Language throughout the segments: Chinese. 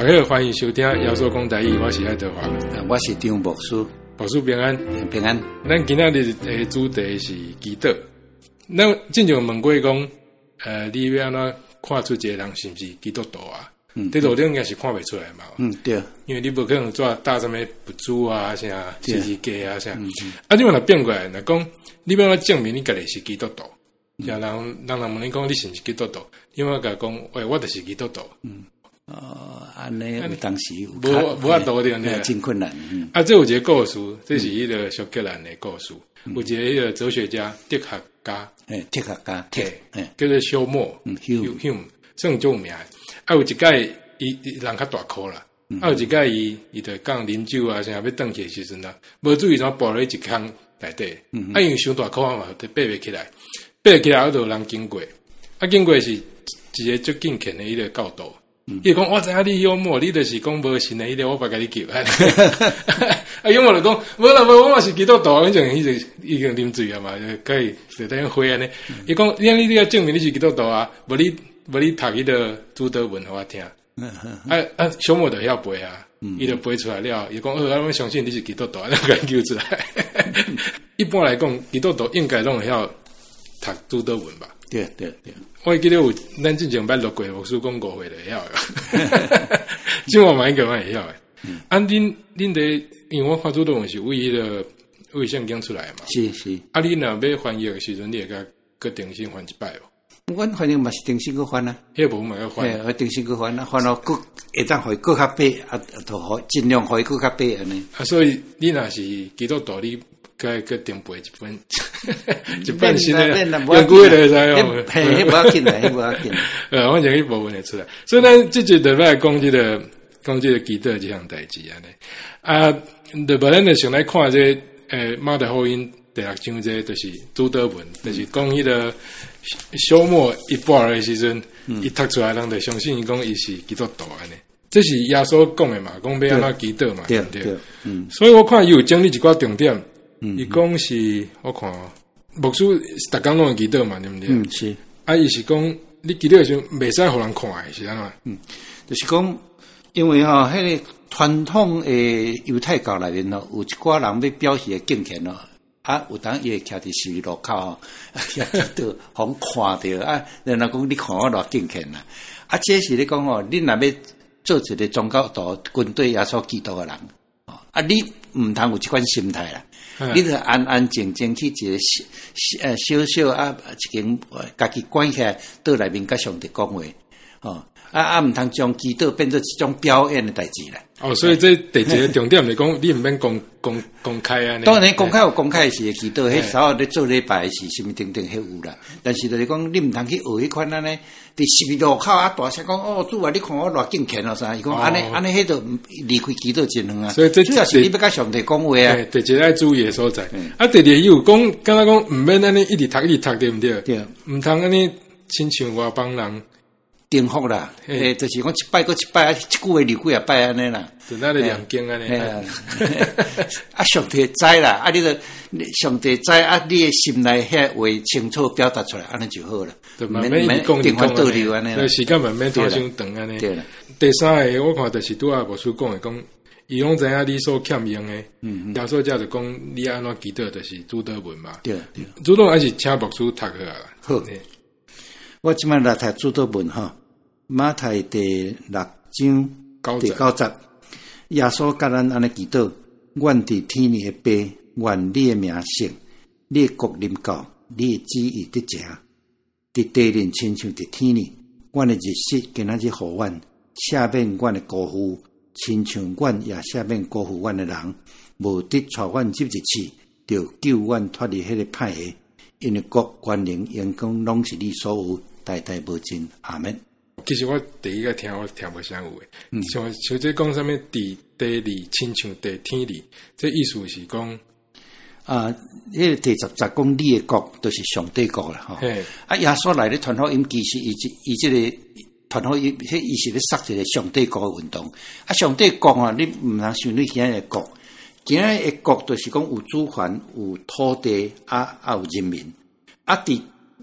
大家好，欢迎收听《耶稣讲台语》，我是爱德华， 我是张牧师， 牧师平安， 平安。 咱今仔日的主题是祈祷。咱之前问过讲，你要安怎看出一个人是不是基督徒啊？这路顶应该是看不出来嘛。 对， 因为你不可能做打什么不主啊，啥十字架啊，啥。啊，你若变过来，若讲你要证明你家己是基督徒，像人问你讲你是不是基督徒，你要甲讲，喂，我就是基督徒。 安尼有当时有无法度对， 真困难。 这有一个故事，这是一个苏格兰的故事，有一个迄个哲学家、哲学家，叫做休谟，Hume，算足有名。有一届伊人较大颗啦，有一届伊就讲啉酒啊，啥要转去的时阵啊，无注意怎跋咧一坑内底，因为伤大颗嘛，就爬袂起来，爬起来，就有人经过，经过是一个足敬虔的一个教导。伊讲我知影你幽默，你就是讲无信的，迄个我别甲你救。幽默就讲无啦，无我嘛是基督徒，反正伊就已经啉醉啊嘛，就可以就等于灰安尼。伊讲你要证明你是基督徒啊，无你读迄个主祷文互我听。小莫就晓背啊，伊就背出来了。伊讲我相信你是基督徒，咱甲伊救出来。一般来讲，基督徒应该拢会晓读主祷文吧？ 对。 我记得有咱之前捌录过牧师讲5岁就会晓的，今晚嘛应该会晓的。恁的，因为我看主祷文是为圣经出来嘛， 是。 你若要翻译的时阵，你会甲重新翻一摆哦。 阮反正嘛是重新去翻啊， 迄部嘛要翻， 重新去翻啊，翻到会当互伊较白啊，就好尽量互伊较白安尼。 所以你若是基督徒，你该订背一本，一本新的，用几个就使用。 迄无要紧啦，无要紧。 反正迄部分会出来。所以咱这集就来讲这个基督这项代志安尼。就把咱就想来看这马太福音第6章这就是主祷文，就是讲迄个小末一半的时阵，伊读出来，人就相信伊讲伊是基督徒安尼。这是耶稣讲的嘛，讲要安怎祈祷嘛，对不对？所以我看伊有整理一寡重点。伊讲是，我看牧师逐工拢会祈祷嘛，对不对？ 是。 伊是讲你祈祷的时候袂使互人看的，是安怎？ 就是讲，因为迄个传统的犹太教内面有一寡人要表示的敬虔有当伊会徛伫十字路口徛祈祷，互看着然后讲你看我偌敬虔啦。这是咧讲你若要做一个宗教徒，军队耶稣基督的人，你毋通有即款心态啦。你著安安静静去一个小小一间家己关起来，倒内面甲上帝讲话，毋通将祈祷变做一种表演的代志啦。 所以这第一个重点是讲，你毋免公开啊。 当然公开有公开的时祈祷，迄稍后咧做礼拜是什么等等迄有啦。但是就是讲，你毋通去学迄款安尼，伫十字路口大声讲主啊，你看我偌敬虔啥？伊讲安尼，迄就离开祈祷真远啊。所以这主要是你要甲上帝讲话啊。 第一个注意的所在。第二有讲，敢若讲毋免安尼一直读，对毋对？对，毋通安尼亲像外邦人。 定福啦，就是讲一摆过一摆，一句话2几摆安尼啦。 就那里2经安尼。 上帝知啦，你就上帝知你的心内遐话清楚表达出来，安尼就好了。 就慢慢讲定翻倒流安尼啦。 时间慢慢拖伤长安尼。对啦。第三个我看就是拄牧师讲的，讲伊拢知影你所欠用的，耶稣才就讲你安怎祈祷，就是主祷文嘛。对。主祷还是请牧师读起来啦。 好。我即摆来读主祷文马太第6章第9節，耶穌甲咱安尼祈禱：阮佇天裡的爸，願你的名聖，你的國臨到，你的旨意得成，佇地裡親像佇天裡。阮的日食今仔日互阮，赦免阮的辜負，親像阮也赦免辜負阮的人，無得帶阮入入去，就救阮脫離迄個歹個。因為國權能榮光攏是你所有，代代無盡。阿們。 其實我第一個聽無啥有誒，像這講啥物地裡親像地天裡，這意思是講迄個第10節講你的國就是上帝國啦，耶穌來咧傳福音，其實伊即個傳福音，伊是咧設一個上帝國嘅運動。上帝國你毋通想你今日嘅國，今日嘅國就是講有主權、有土地，有人民。佇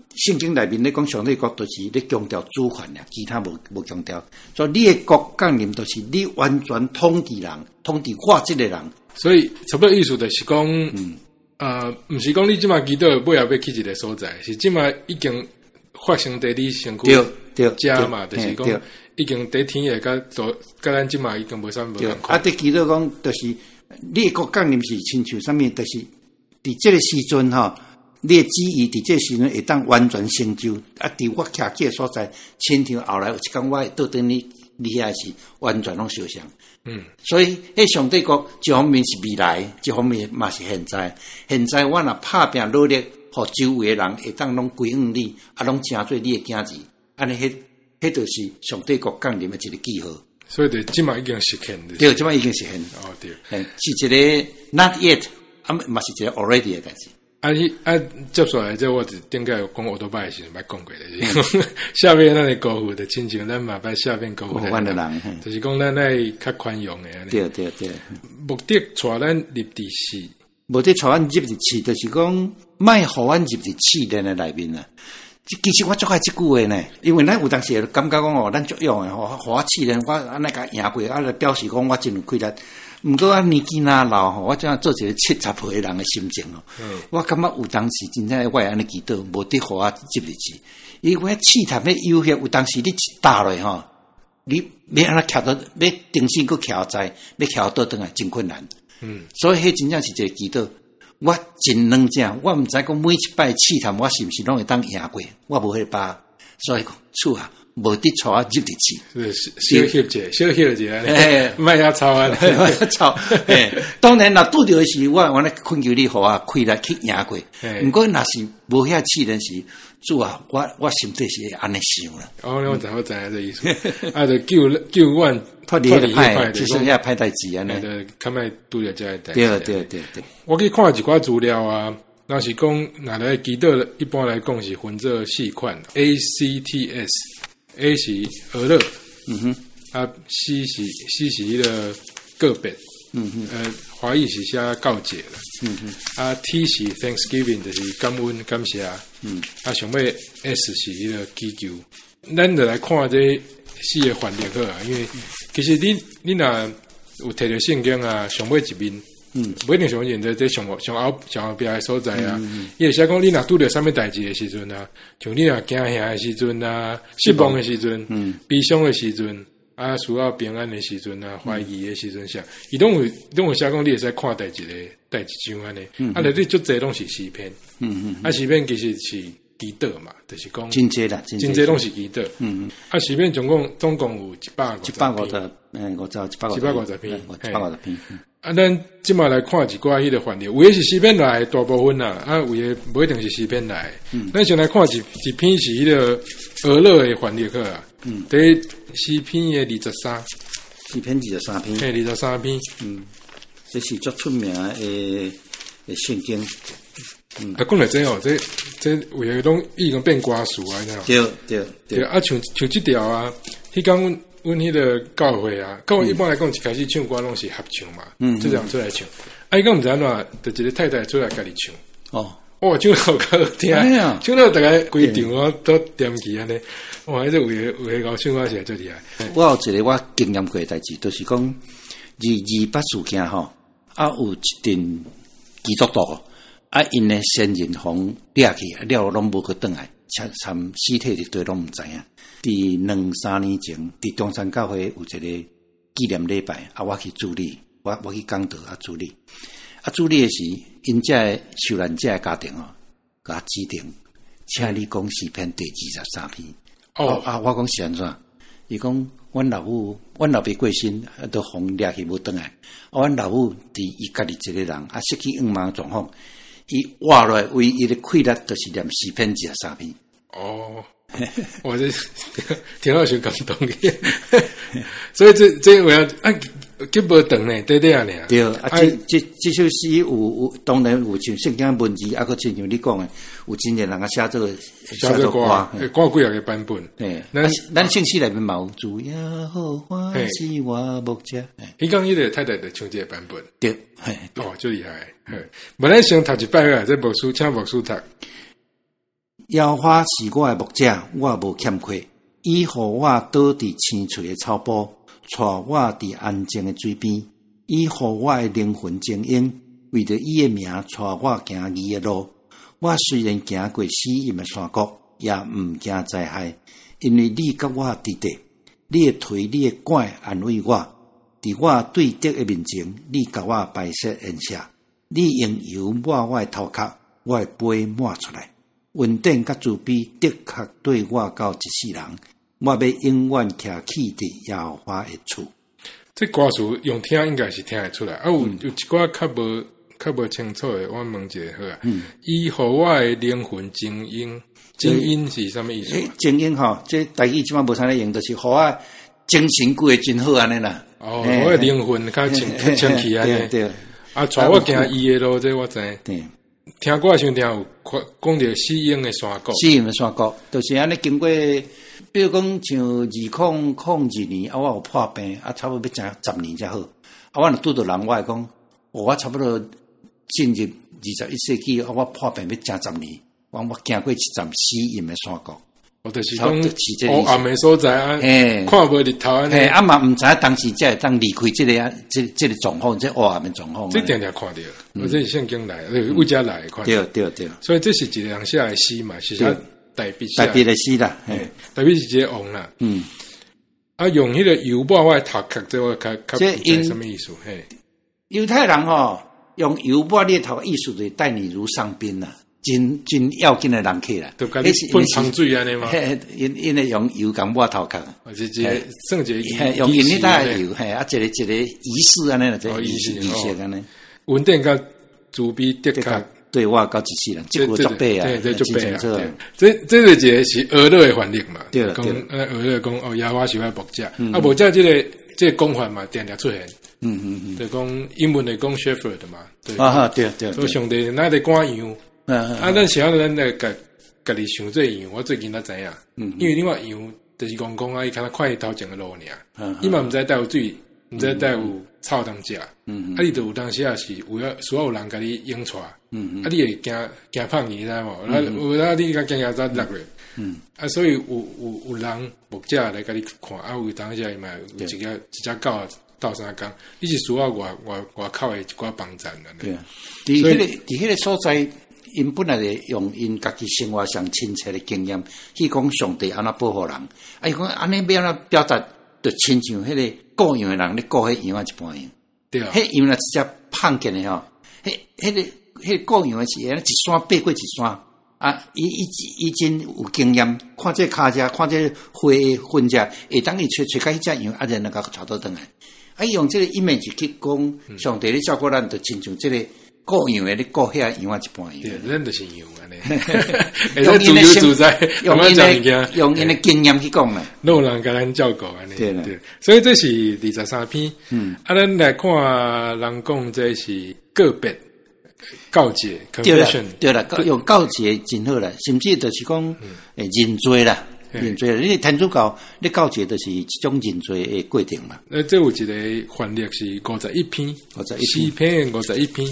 圣经内面咧讲上帝国就是咧强调主权啦，其他无强调。所以你的国降临就是你完全统治人，统治法治的人。 所以差不多意思就是讲，毋是讲你即马基督尾后要去一个所在，是即马已经发生在你身躯家嘛，就是讲已经在天下甲咱即马已经无啥无共款。 对基督讲，就是你的国降临是亲像啥物，就是伫即个时阵吼。你的旨意伫这时阵会当完全成就，伫我徛起所在，亲像后来有一天我会倒转你遐是完全拢相像。所以迄上帝国一方面是未来，一方面嘛是现在。现在我若拍拼努力，互周围的人会当拢归顺你，拢成做你的囝子，安尼迄就是上帝国降临的一个记号。 所以即马已经实现了。 对，即马已经实现。 哦，对， 是一个 not yet， 嘛是一个 already 的代志。 接下来这我顶个讲奥多拜的时阵，捌讲过的，下面那个高富的亲情，咱嘛捌下面高富的人，就是讲咱爱较宽容的。 对， 目的带咱入伫死， 目的带咱入伫死，就是讲卖互咱入伫试炼的内面啊。其实我最爱即句话呢，因为咱有当时感觉讲哦，咱足用的，互我试炼，我安尼甲赢过，来表示讲我真有气力。毋过我年纪若老吼，我怎样做一个70岁人的心情哦。我感觉有当时真正我会安尼祈祷，无得互我入入去。因为我试探要有迄有当时你一打落吼，你要安怎徛到，要定心佫徛在，要徛倒转来真困难。所以迄真正是一个祈祷。我真冷静，我毋知讲每一摆试探我是毋是拢会当赢过，我无迄把，所以讲厝啊。无得带我入入去， 小歇者，莫遐吵啊， 吵。当然啦，拄着是我咧困求你，互我开来去赢过。毋过若是无遐试炼时，主啊，我心底是安尼想啦。 我知影这意思。就救阮脱离迄派，就是遐派代志安尼。 较莫拄着这个代志。对。 我去看一寡资料啊。若是讲，若来基督一般来讲是分做4款 ，ACTS。A 是俄勒，C 是迄个个别，华语是写告解了，T 是 Thanksgiving 就是感恩感谢，上尾 S 是迄个祈求。咱就来看这4个范例好啊，因为其实你若有摕着圣经啊，上尾一面。不一定上现在这上后边的所在啊，伊会写讲你若拄着啥物代志的时阵啊，像你若惊吓的时阵啊，失望的时阵，悲伤的时阵啊，需要平安的时阵啊，怀疑的时阵啥，伊拢有写讲你会使看代志像安尼，内底足侪拢是诗篇，诗篇其实是祈祷嘛，就是讲真济啦， 真济拢是祈祷，诗篇总共有 150篇， 咱即马来看一寡迄个范例，有诶是诗篇来大部分啦，有诶无一定是诗篇来。咱先来看一篇是迄个俄勒诶范例课啊，第诗篇诶23， 诗篇23篇 ，23篇， 这是足出名诶圣经。 讲来真哦，这有诶拢已经变歌词啊， 对， 像即条啊，迄讲。阮迄个教会啊，教会一般来讲一开始唱歌拢是合唱嘛，这样出来唱。伊讲毋知安怎，就一个太太出来家己唱。唱得好好听，唱到大概规场我都点起安尼。哇，迄个有诶搞唱歌是最厉害。 我有一个我经验过诶代志，就是讲228事件吼，有一阵基督徒因诶先人红掠去，了拢无去转来，参尸体一堆拢毋知影。伫2-3年前，伫中山教会有一个纪念礼拜，我去主理，我去讲道主理，主理的时，因这受难者的家庭甲我指定，请你讲诗篇第23篇。我讲是安怎？伊讲阮老爸过身，都红掠去无转来，阮老母伫伊家己一个人，失去5万状况，伊活落来为伊的气力，就是念诗篇23篇。 我这听到就感动嘅，所以这我要佢无长呢，对啊呢。 对这首诗有当然有像圣经文字，个亲像你讲的，有真侪人写做歌，歌几个版本。 咱圣诗内面嘛有主耶和华是我牧者。 你讲迄个太太的唱这个版本， 对， 最厉害。本来想读一摆啊，这牧师请牧师读。 妖花是我的牧者，我无欠缺。伊互我倒伫青翠的草坡，带我伫安静的水边。伊互我的灵魂精英，为着伊的名，带我行伊的路。我虽然行过死荫的山谷，也毋惊灾害，因为你甲我伫地，你的腿、你的拐安慰我。伫我对敌的面前，你甲我白色颜色，你用油抹我的头壳，我的杯抹出来。恩典甲慈悲的确对我到一世人，我要永远徛起伫耶和华的厝。 这歌词用听应该是听得出来，有一寡较无清楚的，我问一下好啊。伊互我的灵魂精英，精英是啥物意思？ 精英吼，这台语即摆无啥咧用，就是互我精神过得真好安尼啦。 我的灵魂较清气安尼。对。啊，带我行伊的路，这我知。对。听歌时听有讲到死荫的山谷， 死荫的山谷，就是安尼经过，比如讲像2002年，我有破病，差不多要10年才好。我若拄到人，我会讲，我差不多进入21世纪，我破病要10年，我行过一站死荫的山谷。 就是讲黑暗的所在啊，看无日头安尼， 嘛毋知当时才会当离开这个状况，这黑暗的状况。 这定定看到，我这是圣经来，为家来看。 对。所以这是一个人写的诗嘛，是他代笔的诗啦， 代笔是一个王啦。用迄个油抹我的头壳，这我较不知什么意思？ 犹太人用油抹你的头，意思就是待你如上宾啦。真要紧的人客啦， 都甲你喷香水安尼嘛， 因为用油甲抹头壳， 是算一个用因迄搭油，一个仪式安尼啦，这仪式安尼。 稳定甲慈悲的确对我到一世人，这个足白啊， 对，足白啊。这是一个是俄勒的翻译嘛， 对， 讲俄勒讲耶和华是我牧者，牧者这个讲法嘛，定定出现。就讲英文来讲 shepherd 嘛， 对， 所以上帝那得赶羊。咱想咱来家己想这羊，我最近才知影，因为你话羊就是讲啊，伊看他看伊头前的路尔，伊嘛毋知带有水，毋知带有草通食，你就有当时也是所有人甲你引带，你会惊胖你知无？有你甲惊早落去，所以有人牧者来甲你看，有当时伊嘛有一只狗斗相共，你是需要外口的一寡帮衬的。 对啊，伫迄个所在。因本来是用因家己生活上亲切的经验去讲上帝安怎保护人，伊讲安尼要安怎表达，就亲像迄个雇羊的人咧雇迄羊一般样。 对啊， 迄羊若直接胖见的吼，迄个雇羊的是安尼一山爬过一山啊，伊真有经验，看这骹只，看这花粉只，会当伊找到迄只羊，然后甲带倒转来。用这个 image 去讲上帝咧照顾咱，就亲像这个。雇羊的，你雇遐羊一般样。 对，咱就是羊安尼。用因的自在， 用因的经验去讲啦。 老人甲咱照顾安尼。对，所以这是23篇。咱来看人讲这是个别告诫。 对啦，用告诫真好啦，甚至就是讲认罪啦。认罪，因为天主教你告诫就是一种认罪的过程嘛。 这有一个翻译是51篇，4篇51篇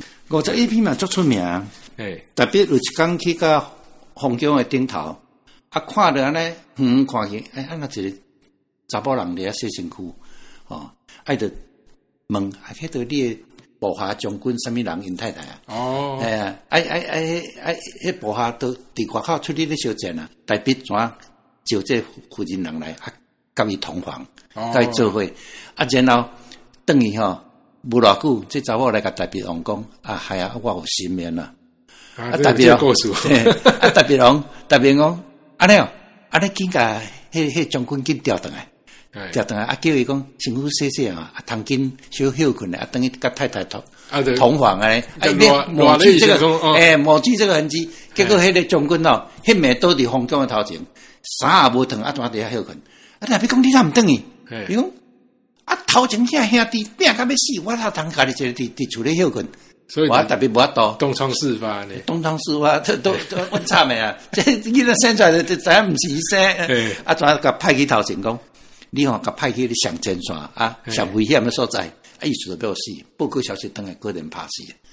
，51篇嘛足出名。特别有一天去到凤江的顶头，看到安尼，看去，安那一个查甫人伫遐洗身躯，就问，迄个你的部下将军什么人？因太太啊？迄部下都伫外口出去咧烧钱啊，代笔怎招这附近人来甲伊同房，甲伊做伙，然后等于无偌久，这查某来甲代笔王讲，系啊，我有新面啦。代笔王，代笔王讲，安尼紧甲迄将军紧调转来。调转来，叫伊讲辛苦洗洗通紧小休困咧，等于甲太太同房咧，抹去这个，抹去这个痕迹。结果迄个将军迄暝倒伫凤江的头前，衫也无脱，怎伫遐休困？代笔讲你哪毋转去？伊讲头前遐兄弟拼甲要死，我哪通家己一个伫厝里休困？ 所以我特别无法度东窗事发呢， 东窗事发都问惨的啊！这囡仔生出来就知影毋是伊生，怎甲派去头前讲？你甲派去你上前线上危险的所在，意思就要死，报告消息等下个人拍死。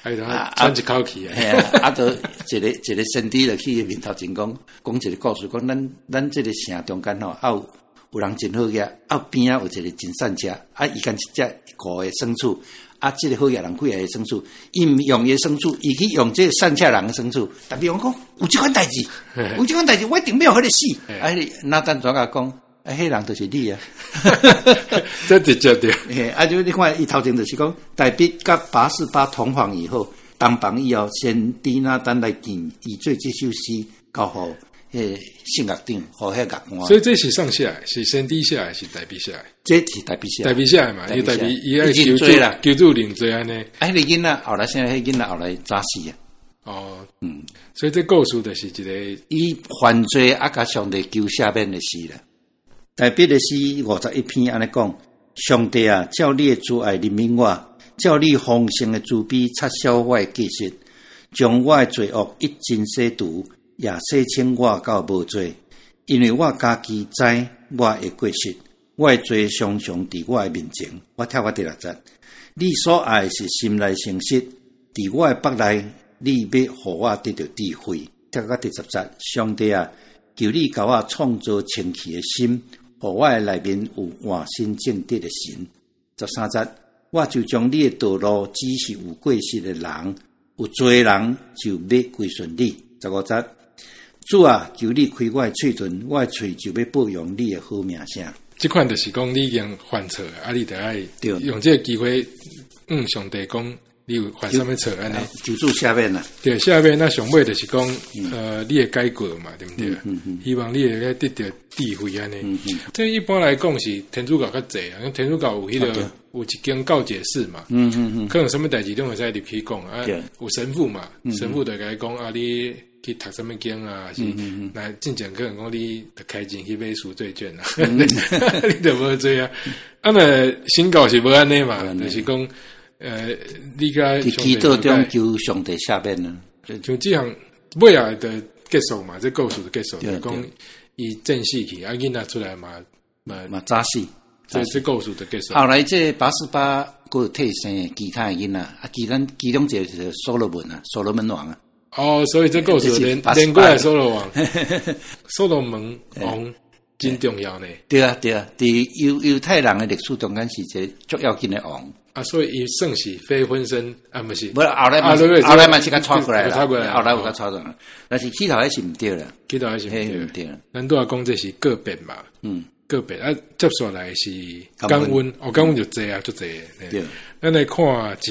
还有喘一口气啊，都一个先知就去面头前讲一个故事，讲咱这个城中间吼，有人真好个，边啊有一个真善者，伊干一只狗的牲畜，这个好个人贵个牲畜，伊毋用伊牲畜，伊去用这个善者人的牲畜，特别讲有这款代志，我一定要互你死，那等怎甲讲？迄人就是你啊！ 这直接对。 就你看，伊头前就是讲，大必甲848同房以后，当房以后，先知那丹来见，以做这首诗交互圣乐长，互迄乐官。 所以这是上下来，是先知下来，是大必下来。 这是大必下来， 大必下来嘛，因为大必伊爱求助认罪安尼。 迄个囡仔后来现在，迄囡仔后来早死啊。 哦，所以这故事就是一个伊犯罪甲上帝求赦免的事啦。大必的诗51篇安尼讲，上帝啊，照你的慈爱怜悯我，照你丰盛的慈悲撤销我的过失，将我的罪恶一尽洗除，也洗清我到无罪。因为我家己知我的过失，我的罪常常伫我的面前。我跳第6节，你所爱是心内诚实，伫我的腹内，你要互我得到智慧。跳到第10节，上帝啊，求你甲我创造清气的心。互我的内面有换心正直的神。13节，我就将你的道路指示有过失的人，有罪人就要归顺你。15节，主啊，求你开我的嘴唇，我的嘴就要保养你的好名声。 这款就是讲你已经犯错了，你得爱用这个机会，上帝讲你有犯什么错安尼？ 求主赦免啦。 对，下面那上尾就是讲，你会改过嘛，对不对？希望你会得到智慧安尼。这一般来讲是天主教较济啊，因为天主教有迄个有一间告解室嘛，可能什么代志都会使入去讲啊。有神父嘛，神父就甲伊讲啊，你去读什么经啊？是那进前可能讲你得开钱去买赎罪券啊，你得无罪啊。啊那新教是无安尼嘛，就是讲。你甲祈祷中求上帝赦免呢？ 像这样尾啊的结束嘛，这故事的结束，就讲伊正死去，囡仔出来嘛早死， 这故事的结束。 后来这848个替生其他的囡仔，其中一个就是所罗门啊，所罗门王啊。 哦，所以这故事连过来所罗王，所罗门王真重要呢。 对啊，伫犹太人的历史中间是一个足要紧的王。 所以伊算是非婚生啊，不是。 后来嘛是甲传过来啦，后来有甲传过来，但是起头还是毋对啦， 起头还是毋对。咱都要讲这是个别嘛，个别接下来是感恩，感恩就济啊，足济。对，咱来看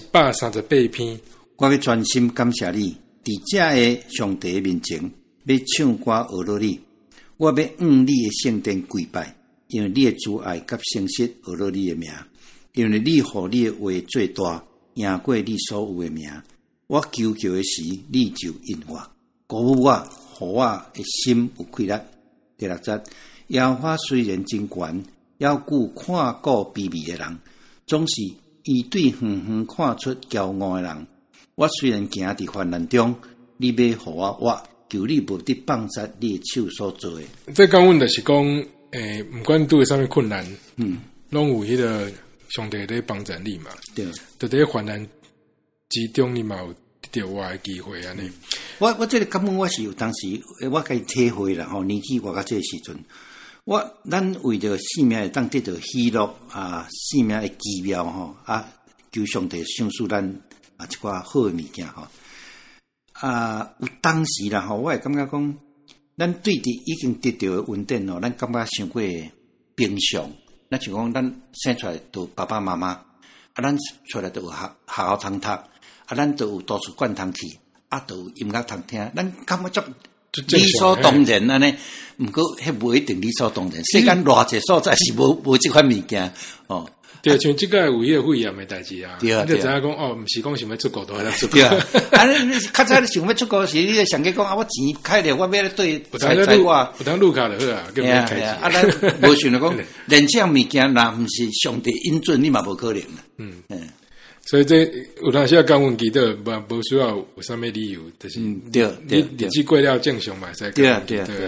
138篇， 我要专心感谢你，伫这个上帝面前要唱歌学落你，我要你的圣殿跪拜，因为你的慈爱甲诚实学落你的名。因为你互你的话最大，赢过你所有的名。我求的时，你就应我，鼓舞我，互我的心有气力。第6节，耶和华虽然真悬，要顾看顾卑微的人，总是伊对远远看出骄傲的人。我虽然行伫患难中，你要互我活，求你无得放杀你的手所做的。 这讲阮就是讲，不管拄着啥物困难，拢有迄个。上帝在帮助你嘛？对，在这患难之中，你嘛有得到我的机会安尼。 我这个感恩，我是有当时我该体会啦。年纪我到这个时阵，咱为着生命当得到喜乐啊，生命的奇妙求上帝赏赐咱一寡好的物件有当时啦我会感觉讲，咱对伫已经得到的稳定咱感觉伤过平常。那像讲，咱生出来都爸爸妈妈，咱出来都有学校通读，咱都有图书馆通去，都有音乐通听，咱感觉理所当然安尼。毋过，迄无一定理所当然。世间偌济所在是无即款物件哦。 对，像即个有迄个肺炎的代志啊，你就知影讲毋是讲想要出国都出国。 对啊，你较早你想要出国时，你想去讲我钱开了，我要对财我， 有当路卡就好啊，叫开钱。 咱无想着讲，连这样物件若毋是上帝应准，你嘛无可能啦。 所以这有当时要感恩祈祷，无需要有啥物理由，就是日子过了正常嘛，使对啊。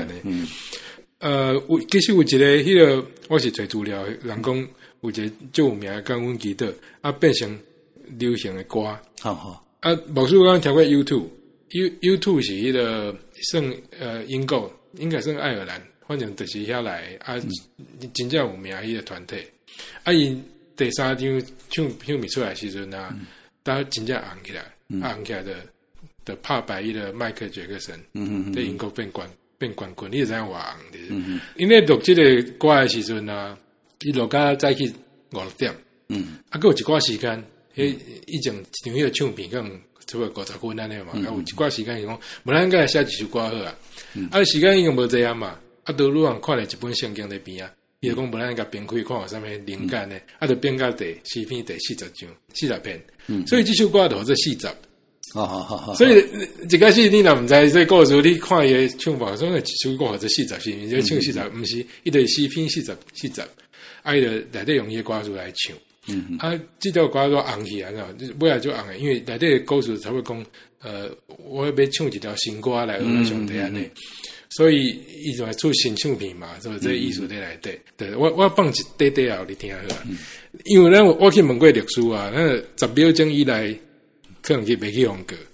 其实有一个迄个，我是找资料，人讲。有一个最有名的感恩祈祷变成流行的歌， 牧师我刚调过 YouTube 是迄个算英国应该算爱尔兰，反正就是遐来真正有名迄个团体。因第3张唱片出来的时阵啊，大家真正红起来，红起来的拍败迄个迈克杰克森，在英国变冠军，你就知影偌红的。因为录这个歌的时阵啊，伊录到早起5-6点，还有一寡时间，以前一张迄个唱片可能差不多50分安尼嘛，有一寡时间是讲，无咱应该写一首歌好啊，时间已经无这样嘛，都愈人看了一本圣经在边啊。伊就讲无咱甲编开看有啥物灵感呢？就编到第诗篇第40篇，所以这首歌就做40。所以一开始你若毋知这故事，你看伊的唱法，说一首歌或者40诗篇，就唱40，毋是伊就诗篇40，伊就内底用伊的歌词来唱。这条歌都红起来了，尾仔就红的，因为内底的故事才会讲，我要唱一条新歌来讹上帝安尼。所以伊就出新唱片嘛，所以这艺术在内底。对，我放一短短后你听好啊。因为我去问过律师啊，那10秒钟以内可能去袂去用过。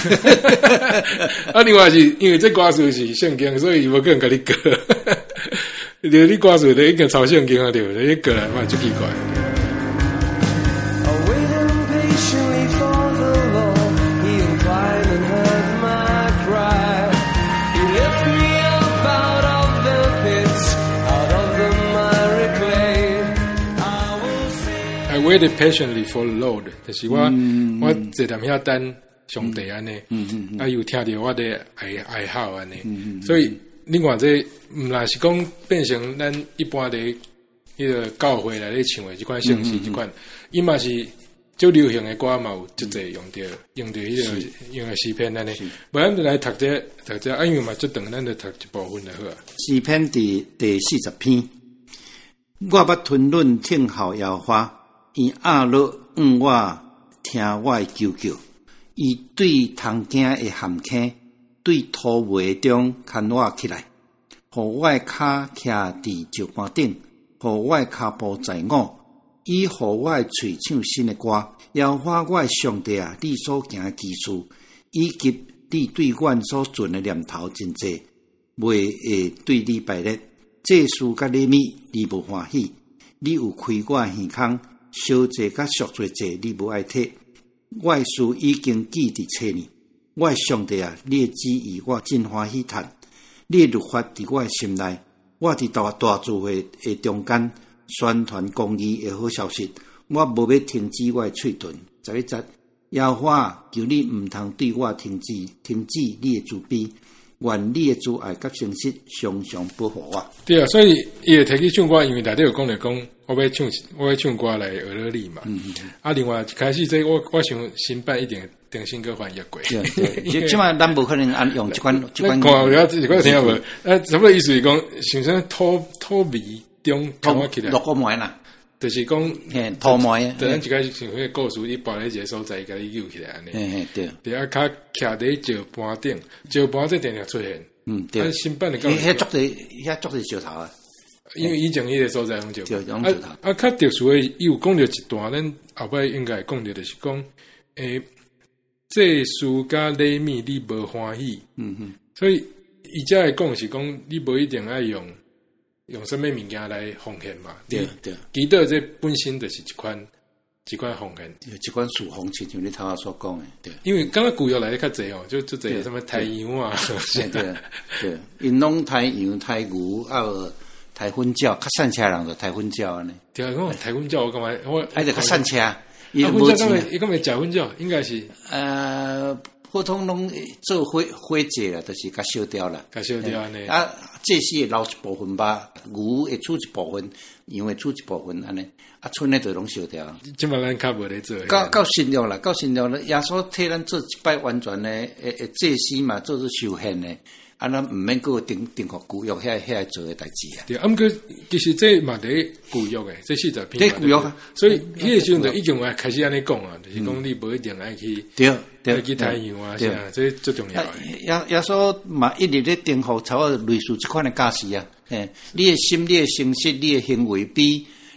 另外是因为这歌词是圣经，所以无可能甲你过。就你歌词就已经抄圣经啊，对，你过来嘛就奇怪。I waited patiently for the Lord， 就是我坐在遐等上帝安尼，又听到我的哀嚎安尼，所以你看这毋若是讲变成咱一般的迄个教会来咧唱的这款圣诗，这款伊嘛是最流行的歌嘛，有足侪用到迄个用的诗篇安尼。不然就来读这，因为嘛最长，咱就读一部分就好啊。 诗篇第40篇，我捌吞论听候耶和华。伊压落我听我的求救，伊对铜镜的陷坑，对土围中牵我起来，互我的脚徛伫石板顶，互我的脚步在我，伊互我的喙唱新的歌，耶和华我的上帝啊，你所行的奇事，以及你对阮所存的念头真济，袂会对你败劣。这事甲礼物你无欢喜，你有开我的耳孔。小罪甲赎罪罪，你无爱体。我的事已经记伫册呢。我的上帝啊，你的旨意我真欢喜读。你的律法伫我的心内。我伫大聚会的中间宣传公义的好消息。我无要停止我的喙唇。11节，耶和华求你毋通对我停止你的慈悲。愿你的慈爱甲诚实常常保护我。 对啊，所以伊会提起唱歌，因为内底有讲我要唱歌来讹了你嘛。另外一开始这我想新版一定新歌翻译过。 对，即码咱无可能按用这款。 看我一块听无？什么意思是讲，想说土味中头起来。 落个梅啦。 就是讲， 土梅。 对，咱一开始想迄个故事，你摆咧一个所在，甲你扭起来安尼。 对。 对啊，脚徛伫石板顶，石板这定定出现。 对。 新版的。 遐足侪石头啊。 因为以前迄个所在用石头。较特殊的，伊有讲到一段，咱后摆应该讲到就是讲，这事甲礼物你无欢喜。所以伊遮会讲是讲，你无一定爱用什么物件来奉献嘛？ 对。 祈祷这本身就是一款奉献， 一款属奉，亲像你头下所讲的。对。 因为刚刚古谣来的较济哦，就济什么太阳啊， 对，因拢太阳、太牛啊，太粉鸟，较散车人就太粉鸟安尼。 对啊，讲太粉鸟我干嘛？ 就较散车。 伊无钱。伊讲咪食粉鸟，应该是普通拢做火节啦，就是较烧掉啦。 较烧掉安尼。 这是会留一部分吧，牛会出一部分，羊会出一部分安尼，剩的就拢烧掉。 即嘛咱较无咧做。 到新约啦，耶稣替咱做一摆完全的祭司嘛，做是受献的。咱毋免搁定互旧约遐做诶代志啊。 对，毋过其实这嘛伫旧约诶，这40篇。 伫旧约啊， 所以迄个时阵就已经开始安尼讲啊，就是讲你无一定爱去对去太阳啊，啥，这最重要诶。 耶稣嘛一直咧定互差不多类似即款诶假释啊。你诶心、你诶诚实、你诶行为比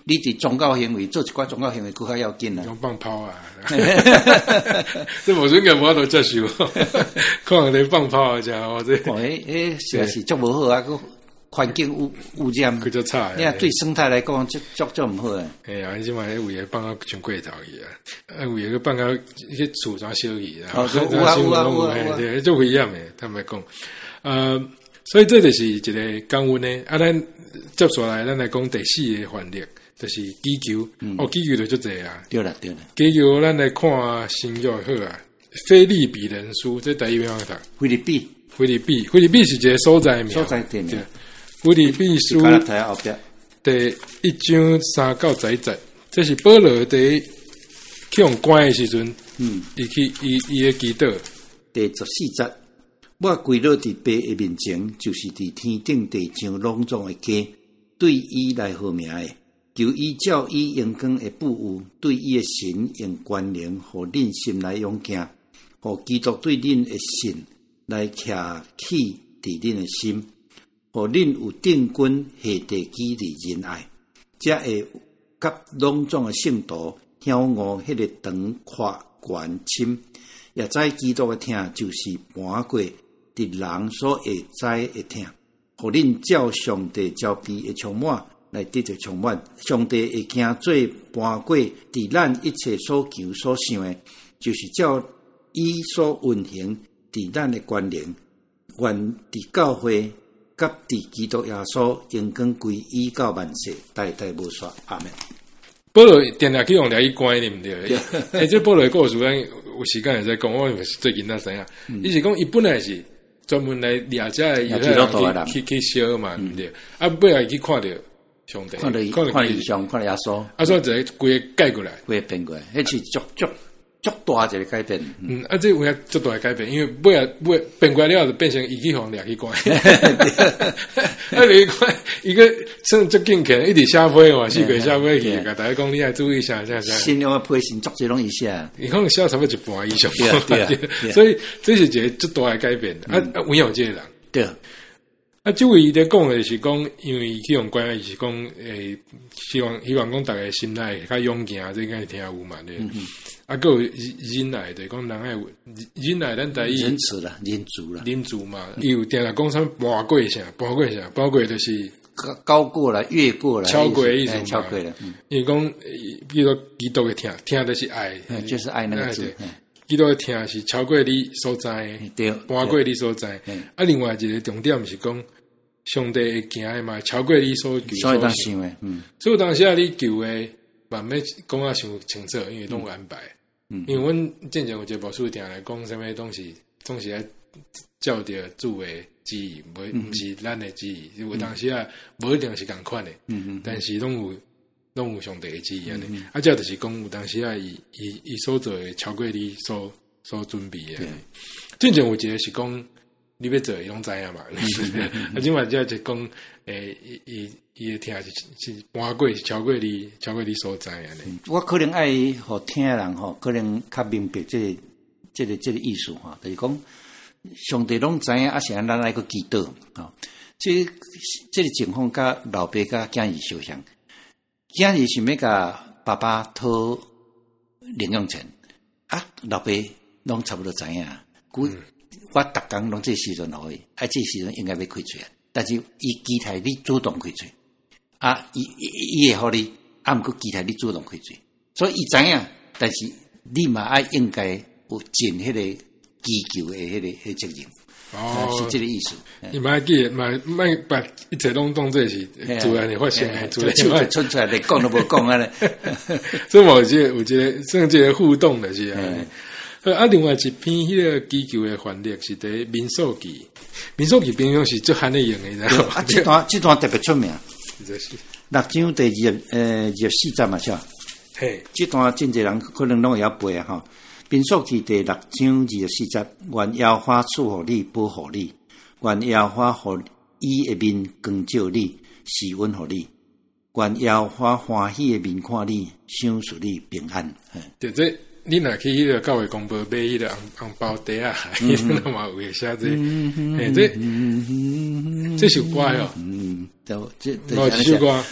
你伫宗教行为做一寡宗教行为，更较要紧啦。 用放炮啊！这无应该无法度接受，看人哋放炮啊，真哦这。 实在是足无好啊！个环境污染， 佢就差。 你看对生态来讲，足唔好诶。 哎呀，即嘛，迄有嘢放到像过头去啊！有嘢个放到迄厝上烧去啊！ 有啊， 对，足危险诶，坦白讲。所以这就是一个降温呢。啊，咱接下来咱来讲第四个范例，就是祈求。祈求就足济啊。 对啦。 祈求咱来看新约好啊，腓立比人书，这第一篇读。腓立比是一个所在名。 对。 腓立比书第1章3到11节，这是保罗第一去用关的时阵，伊的祈祷。 第14节，我跪落伫爸的面前，就是伫天顶地上隆重的家，对伊来号名的，求伊照伊阳光的布有，对伊的神用关联，互恁心来勇敬，互基督对恁的信来徛起伫恁的心。互恁有定君下地基的仁爱，才会甲隆重的圣徒享悟迄个长阔悬深，也知基督的听就是盘过伫人所会知的听。互恁照上帝招庇的充满来得着充满，上帝会惊做盘过伫咱一切所求所想的，就是照伊所运行伫咱的关联，愿伫教会。甲伫基督耶稣荣光归依到万世，代代无衰。阿门。 保罗定定去用了一关，对不对？这保罗的故事，咱有时间会再讲。我最近那知影，伊是讲伊本来是专门来掠遮的，去烧嘛，对不对？啊，尾来去看到上帝， 看到异象，看到耶稣， 所以就规个改过来， 规个变过来，迄是足大一个改变。 这有影足大的改变，因为尾变过来了，就变成伊去互掠去关。掠去关，一个算足紧，可能一直下飞嘛，四个下飞去，甲大家讲你要注意一下， 信仰的配型足侪拢一下， 你可能下差不多一半以上。对，所以这是一个足大的改变。有影这个人。 对。 这位伊咧讲的是讲，因为伊去用关系是讲，希望讲大家心内较勇健，这应该听有嘛对。还有忍耐，就是讲人爱有忍耐，咱第一仁慈啦， 忍住嘛。伊有定来讲啥搬过就是高过了，越过了， 超过的意思嘛。 超过了。 因为讲，比如说基督的听的是爱， 就是爱那个字。 基督的听是超过你所在，搬过你所在。另外一个重点是讲。上帝会行的嘛，超过你所求所想的。所以当时你求的，慢慢讲啊，想清楚，因为拢有安排。因为阮之前有一个牧师定来讲，什么东西总是要照着主的旨意，不是咱的旨意。有当时无一定是共款的，但是拢有上帝的旨意安尼。这就是讲，有当时伊所做的超过你所准备的。之前有一个是讲。你要做，伊拢知影嘛？即嘛，即是讲，伊的听是搬过，是超过你所知安尼。 我可能爱互听的人吼，可能较明白这个意思吼，就是讲上帝拢知影，是咱来个祈祷吼。这个情况，甲老爸甲囝儿相像，囝儿想要甲爸爸讨零用钱，老爸拢差不多知影，我逐工拢这时阵可以，这时阵应该要开嘴，但是伊期待你主动开嘴，伊会互你，毋过期待你主动开嘴，所以伊知影，但是你嘛爱应该有尽迄个祈求的迄个责任，是这个意思。 你莫记，莫把一切拢当做是自然的发生的， 自然就出来，你讲都无讲啊咧。 所以有一个算这个互动的是另外一篇迄个祈求的范例是伫民数记，民数记平常是最罕的用的，然后这段特别出名。6章第24节嘛，是吧？ 嘿， 这段真侪人可能拢会晓背啊吼。民数记第6章24节，愿耶和华赐予你，保护你；愿耶和华互伊的面光照你，施恩互你；愿耶和华欢喜的面看你，赏赐你平安。 对这。你若去迄个教会公布买迄个红包袋啊，迄个嘛有写这，这首歌哦， 都我一首歌。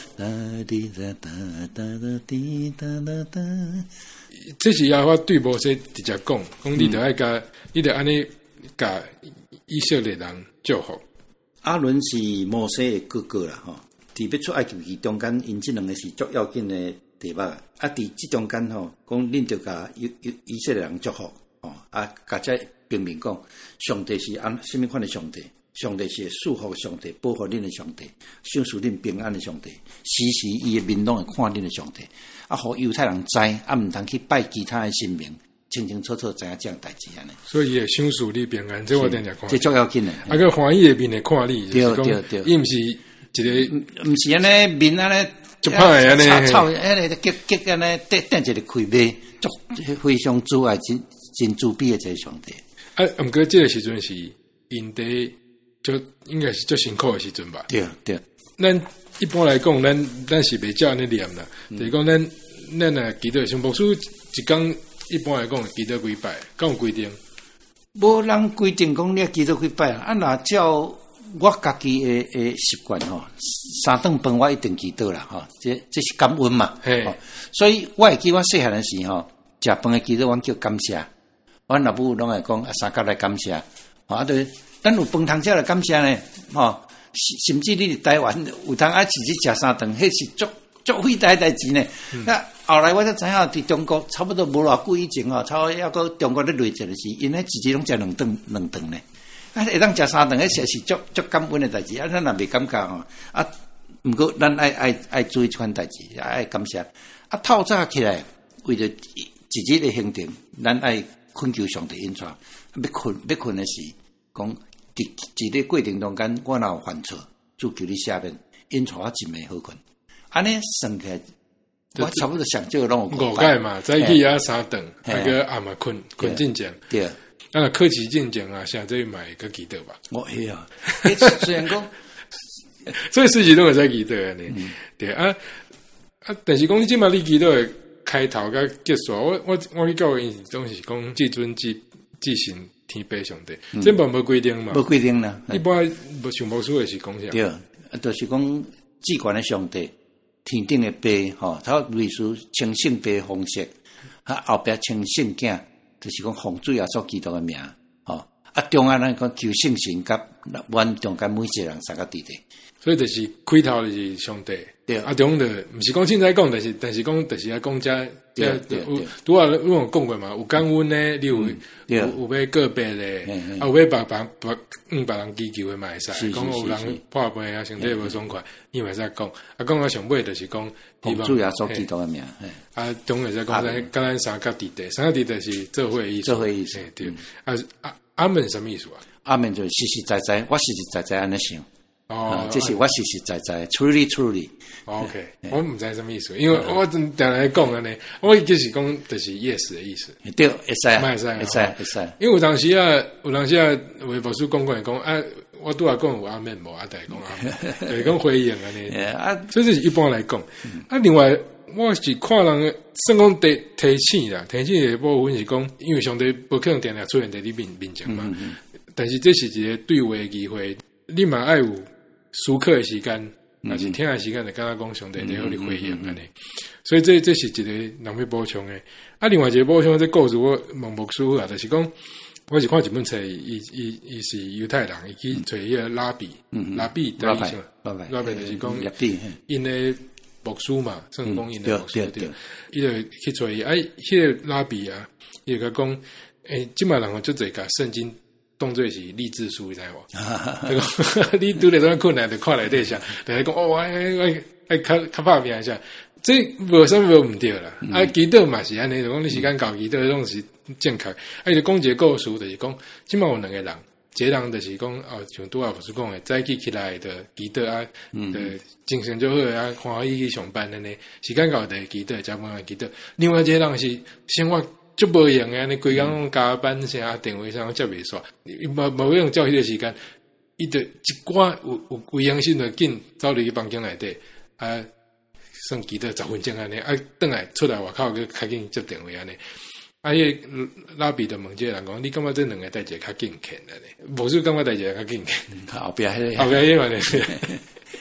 这是也我对摩西直接讲，你得爱甲，你得安尼甲以色列人祝福。 阿伦是摩西的哥哥啦，吼，伫要出埃及记中间，因这两个是足要紧的题目。啊，伫这中间吼，讲恁着甲以色列人祝福，吼，啊，甲这平民讲，上帝是按什么款的上帝？上帝是祝福上帝，保护恁的上帝，享受恁平安的上帝，时时伊的面拢会看恁的上帝。啊，互犹太人知，啊，毋通去拜其他的神明，清清楚楚知影这样代志安尼。 所以会享受你平安，这我定定看。 这足要紧的。 啊，个欢喜的面会看你， 对对对， 伊毋是一个， 毋是安尼面安尼。 就怕安尼， 臭安尼激安尼，顶一个开麦，足非常阻碍真自卑的一个上帝。 啊，毋过这个时阵是因地就应该是最辛苦的时阵吧？ 对对。 咱一般来讲，咱是袂照安尼念啦。就是讲咱啊，记得上牧师一工一般来讲记得几摆，敢有规定？ 无人规定讲你要记得几摆啊？若照我家己的习惯吼，三顿饭我一定记得啦吼，这是感恩嘛。所以我会记我细汉的时候，食饭的记得阮叫感谢，阮老母拢会讲啊三甲来感谢，啊对，咱有饭通食来感谢呢，吼，甚至你伫台湾有通啊自己食三顿，迄是足伟大代志呢。那后来我才知影，伫中国差不多无偌久以前吼，差不多抑个中国咧累积的是，因咧自己拢食两顿呢。啊，会当食三顿，迄是足感恩的代志。啊，咱若袂感觉吼，啊，毋过咱爱注意这款代志，爱感谢。啊，透早起来，为着一日的行程，咱爱恳求上帝恩赐。要困的时，讲伫一日过程中间，我若有犯错，主求你赦免，恩赐我一暝好困。安尼算起来，我差不多上少拢有 5摆嘛，早起啊3顿，那个暗嘛困进前。 对。 啊，考试进前啊，现在买个记得吧？ 嘿啊，虽然讲， 所以事情都会在记得啊，对啊，但是讲你即马你记得开头甲结束，我去教的印象中是讲至尊至神天父上帝，这本无规定嘛？ 无规定啦， 一般无上牧师也是讲啥？ 对，就是讲至权的上帝，天顶的父吼，他类似称圣父方式，啊后壁称圣囝。就是讲奉主耶稣基督的名，吼啊！中间咱讲求圣神甲阮中间每一个人三个弟弟， 所以就是开头就是上帝，对啊，中的毋是讲现在讲，但是讲就是要讲遮，拄啊，我有讲过嘛，有感恩咧，你有要个别咧，啊有要别人祈求的嘛会使，讲有人破病啊，身体无爽快，你嘛会使讲，啊讲到上尾就是讲奉主耶稣基督的名， 啊，中会使讲咱三个弟弟是做伙意思，对，阿门什么意思啊？ 阿门就是实实在在，我实实在在安尼想。哦，这是我实实在在处理。 OK， 我唔知什么意思，因为我正常来讲安尼，我就是讲就是 yes 的意思。 对，会使。 因为有当时啊，为牧师讲啊，我拄啊讲有阿门无啊，大讲啊，就是讲回应安尼。啊，所以这是一般来讲。啊，另外我是看人算讲提醒啦，提醒的部分是讲，因为上帝不可能定定出现在你面前嘛。但是这是一个对话的机会，你嘛爱有思考的时间，还是听的时间，就敢若讲上帝在互你回应安尼。所以这是一个人要补充的。啊，另外一个补充，这故事我问牧师啊，就是讲，我是看一本册，伊是犹太人，伊去找迄个拉比的意思，拉比就是讲，因的牧师嘛，算讲因的牧师对，伊就去找伊，迄个拉比啊，伊就讲，即摆人就做甲圣经。当作是励志书，你知无？你拄着种困难，就看内底想，就讲哦，爱较拍拼一下，这无啥无毋对啦。啊，祈祷嘛是安尼，就讲你时间到祈祷，拢是正确。就讲一个故事，就是讲，即摆有两个人，一个人就是讲哦，像拄啊牧师讲的，早起来的祈祷啊，精神就好啊，欢喜去上班安尼，时间到就祈祷，食饭祈祷。另外一个人是生活。足无用诶，你规工拢加班，啥电话上接袂煞，无用照迄个时间，伊就一寡有卫生性的紧走入去房间内底，啊，算记得10分钟安尼，啊，转来出来外口去较紧接电话安尼，啊，迄拉比就问这个人讲，你感觉这两个代志较紧欠安尼？无是感觉代志较紧欠， 后壁迄个， 后壁迄个呢？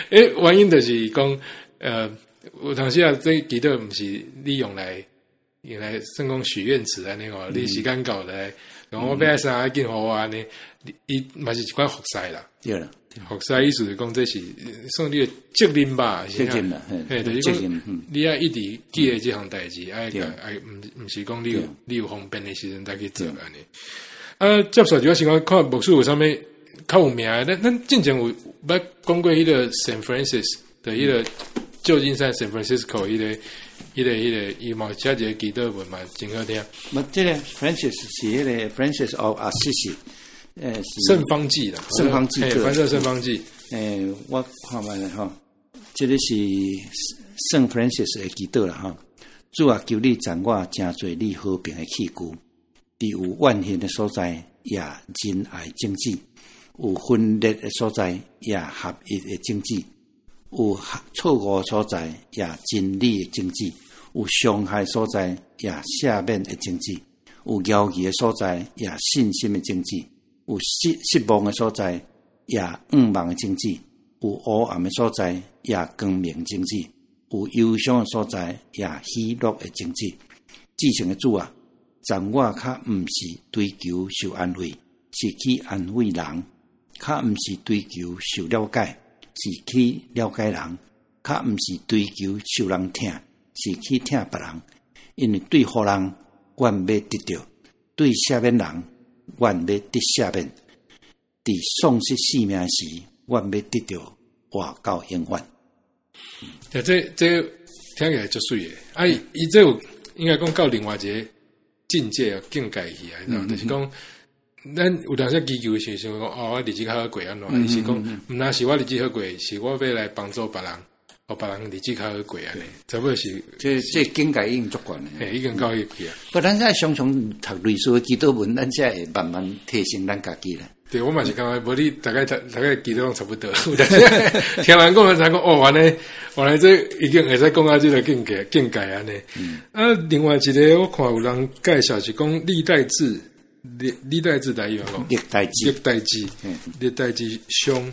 原因就是讲，有当时啊，这祈祷不是你用来算讲许愿词安尼哦，你时间到来，然后我要啥紧互我安尼，伊嘛是一款服侍啦， 对啦， 服侍意思是讲这是算你的责任吧， 责任啦， 就是讲你要一直记得这项代志，唔是讲你有方便的时阵再去做安尼。接下来我想看牧师有啥物较有名的，咱之前有捌讲过迄个 San Francisco 的迄个旧金山 San Francisco 迄个伊嘛写一个祈祷文嘛，真好听。 这个 Francis 是迄个 Francis of Assisi， 圣方济啦， 圣方济， 反正圣方济。 我看卖咧吼，这个是圣 Francis 的祈祷啦吼。主啊，求你赞我真侪你和平的器具，伫有怨恨的所在也仁爱政治，有分裂的所在也合一的政治，有错误的所在也真理的政治，有伤害所在也赦免的政治，有骄傲的所在也信心的政治，有失望的所在也仰望的政治，有黑暗的所在也光明政治，有忧伤的所在也喜乐的政治。至圣的主啊，赞我较毋是追求受安慰，是去安慰人；较毋是追求受了解，是去了解人；较毋是追求受人疼，是去疼别人。因为对好人，愿要得到；对赦免人，愿要得赦免。伫丧失性命时，愿要得到活到永远。 这听起来就水诶！伊这有应该讲到另外一个境界境界去啊，就是讲，咱有当时祈求是想讲，我日子较好过安怎？是讲，毋那是我日子好过，是我要来帮助别人，别人日子较好过安尼。差不多是这境界已经足悬诶， 已经到迄去啊。 不，咱现在常常读类似诶祈祷文，咱才会慢慢提升咱家己咧。 对，我嘛是感觉，无你大概祈祷差不多，听人讲才讲原来这已经会使讲到这个境界安尼。另外一个我看有人介绍是讲历代志台语讲历代志上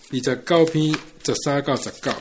29篇13到19。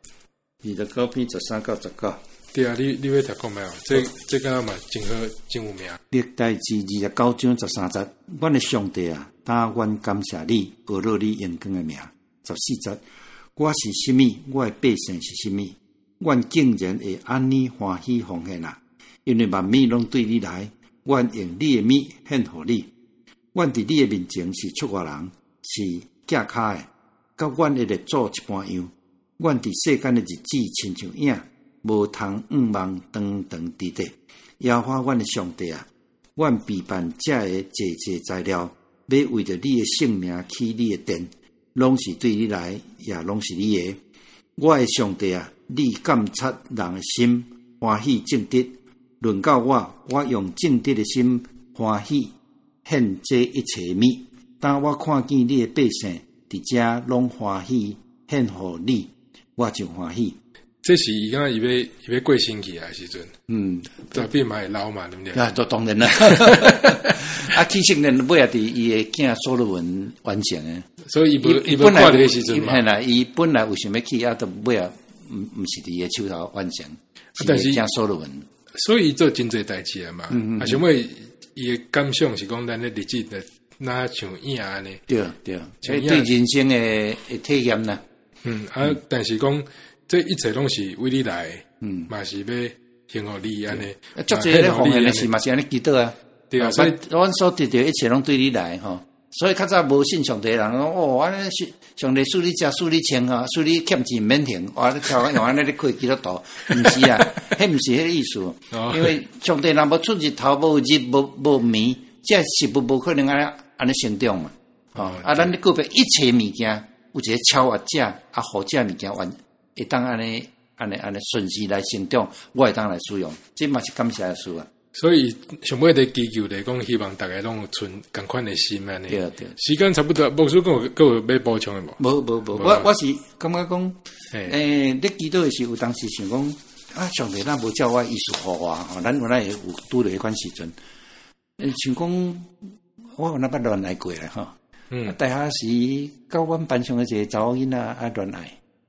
29篇13到19。 对啊，你要读讲没有？这个嘛真好，真有名。 历代志29章13节，阮的上帝啊，但愿感谢你，学了你荣光的名。14节，我是什么？我的百姓是什么？阮竟然会安尼欢喜奉献啊！因为万物拢对你来，阮用你的米献互你。阮伫你的面前是出外人，是假卡的，甲阮的列祖一般样。阮伫世间的日子亲像影。无通仰望长长直直，耶和华阮的上帝啊，阮备办这个济材料，要为着你的性命起你的殿，拢是对你来，也拢是你的。我的上帝啊，你监察人的心，欢喜正直。论到我用正直的心欢喜献这一切米。当我看见你的百姓伫遮拢欢喜献互你，我就欢喜。 这是伊讲伊要过身去啊时阵，这变嘛会老嘛，对不对？ 啊，当然啦。其实呢，尾也伫伊的囝所罗门完成诶。 所以伊本来的时阵嘛， 伊本来有想要去，到尾也毋是伫伊手头完成。 但是囝所罗门， 所以做真侪代志啊嘛。想要伊的感想是讲，咱的日子的哪像影安尼。 对，所以对人生的体验啦。 但是讲。这一切拢是为你来，嘛是要献互你安尼。 足侪咧奉献的事嘛是安尼祈祷啊。 对啊，所以阮所得到一切拢对你来吼。所以较早无信上帝人讲安尼上帝赐你食赐你穿吼，赐你欠钱免还，跳用安尼咧过基督徒，毋是啊，迄毋是迄个意思。因为上帝若无出日头，无日无暝，这是无可能安尼成长嘛。咱咧个别一切物件，有一个超越者好者物件会当安尼顺势来成长，我会当来使用，这嘛是感谢的事啊。 所以上尾的祈求来讲，希望大家拢有存同款的心安尼。 对。 时间差不多，牧师有要补充的无？ 无，我是感觉讲，你祈祷的时候，有当时想讲上帝咱无叫我意思互我，咱原来有拄着迄款时阵，想讲我有那捌恋爱过啦吼。大学时甲阮班上的一个查某囡仔乱爱。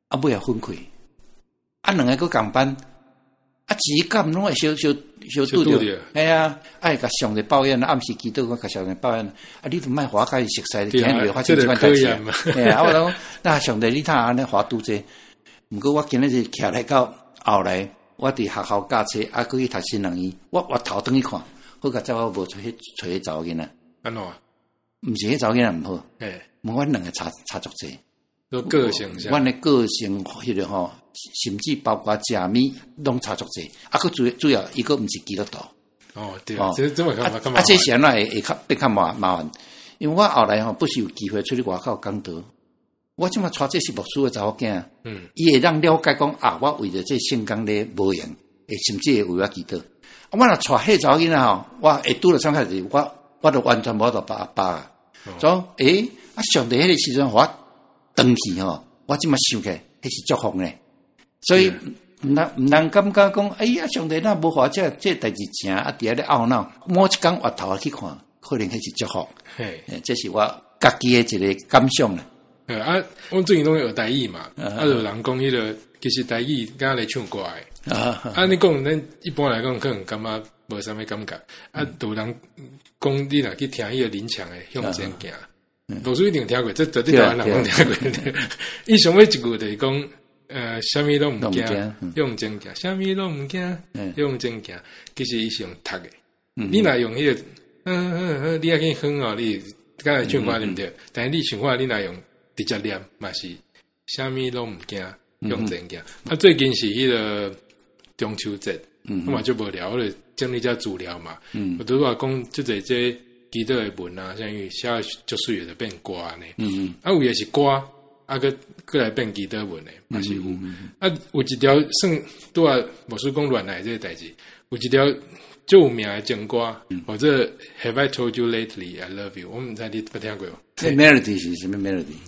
啊尾也分开，啊两个个共班，啊只感拢会小拄着，哎呀，爱甲上帝抱怨，暗时祈祷我甲上帝抱怨，啊你都莫互我甲伊熟悉，今日发生即款代志，哎呀，我讲那上帝你睇安尼话拄济，毋过我今日是徛来到后来，我伫学校教册，啊去读新人医，我头转去看，好甲早我无找迄查某囡仔， 安怎？ 毋是迄查某囡仔毋好，阮两个差足济。 个性， 阮的个性迄个吼，甚至包括食米拢差足济。啊，佮主要伊个毋是基督徒。 哦，对啊，这么看嘛， 这些人会较麻烦，因为我后来吼不是有机会出去外口讲道，我即马带这是牧师的查某囝，伊会让了解讲啊，我为着这圣经咧无用，会甚至会为我祈祷。我若带迄查某囡仔吼，我会拄着啥物事，我都完全无得把。所以啊，上帝迄个时阵我。登去吼，我即马想起，迄是祝福呢。所以毋通感觉讲，哎呀，上帝那无互这代志成，啊，伫遐咧懊恼。某一工回头去看，可能迄是祝福。这是我家己的一个感想啦。 啊，阮最近拢学台语嘛，就有人讲迄个，其实台语敢来唱歌诶。啊，你讲咱一般来讲可能感觉无啥物感觉，啊，有人讲你若去听迄个林强诶向前行。老师一定听过，这绝对台湾人拢听过。伊上尾一句就是讲，啥物拢毋惊，向前行，啥物拢毋惊，向前行。其实伊是用读诶。你若用迄个，你也去哼哦，你刚才唱歌对毋对？但是你唱歌你若用直接念，嘛是啥物拢毋惊，向前行。啊，最近是迄个中秋节，我嘛就无聊，我就整理遮资料嘛。我拄话讲即个这。基督的文啊，像于写足水就变歌呢。啊，有也是歌，啊个来变基督文的，嘛是有。啊，有一条算拄啊，牧师讲乱来这个代志，有一条最有名的情歌，或者 Have I told you lately I love you？ 我毋知你捌听过无？ 这 melody 是什么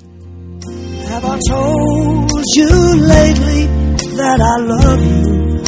melody？Have I told you lately that I love you?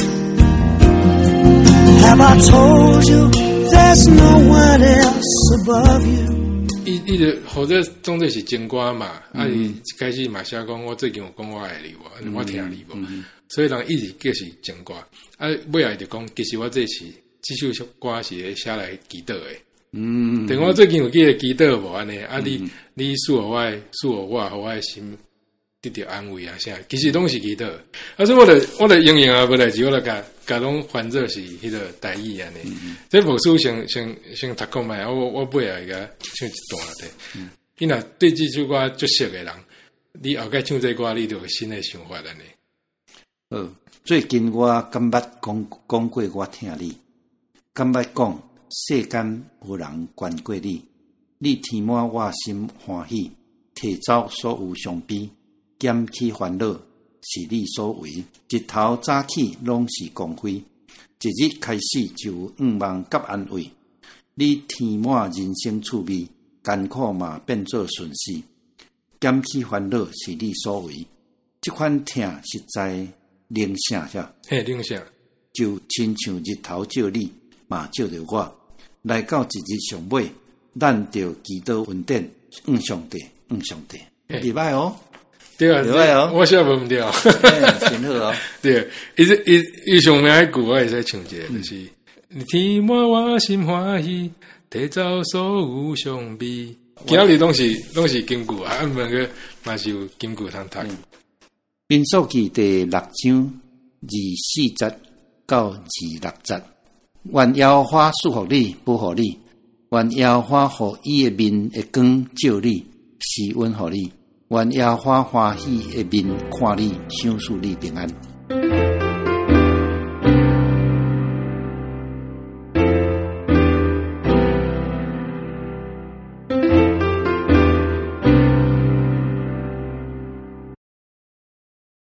Have I told you?There's no one else above you. 伊就或者总之是情歌嘛，啊，伊一开始嘛写讲我最近有讲我爱你无，我听你无，所以人一直就是情歌。啊，尾来就讲，其实我这首歌是写来祈祷诶。等我最近有记得祈祷无安尼，啊，你赐互我，互我诶心得到安慰啊，啥？其实拢是祈祷。啊，所以我的用啊，无代志，我来甲拢翻做是迄个台语安尼。这牧师先读讲卖，我尾来甲唱一段的。你若对这首歌足熟的人，你后盖唱这歌，你就有新的想法安尼。 最近我感觉讲过我听你，感觉讲世间无人悬过你，你填满我心欢喜，提走所有伤悲。减去烦恼是你所为，日头早起拢是光辉，一日开始就有望甲安慰。你填满人生趣味，艰苦嘛变做顺势。减去烦恼是你所为，这款听实在灵性下， 灵性就亲像日头照你，嘛照着我。来到一日上尾，咱就祈祷恩典，上帝，礼拜哦。 对啊，我写无毋对， 真好哦。 对，伊上面迄句我会使唱一个，就是你填满我心欢喜，提走所有伤悲。其他哩拢是金句啊，问个嘛是有金句通读。 民数记第6章24节到26节，愿耶和华祝福你，保护你；愿耶和华互伊的面的光照你，施恩互你。愿耶和华欢喜的面看你，赏赐你平安。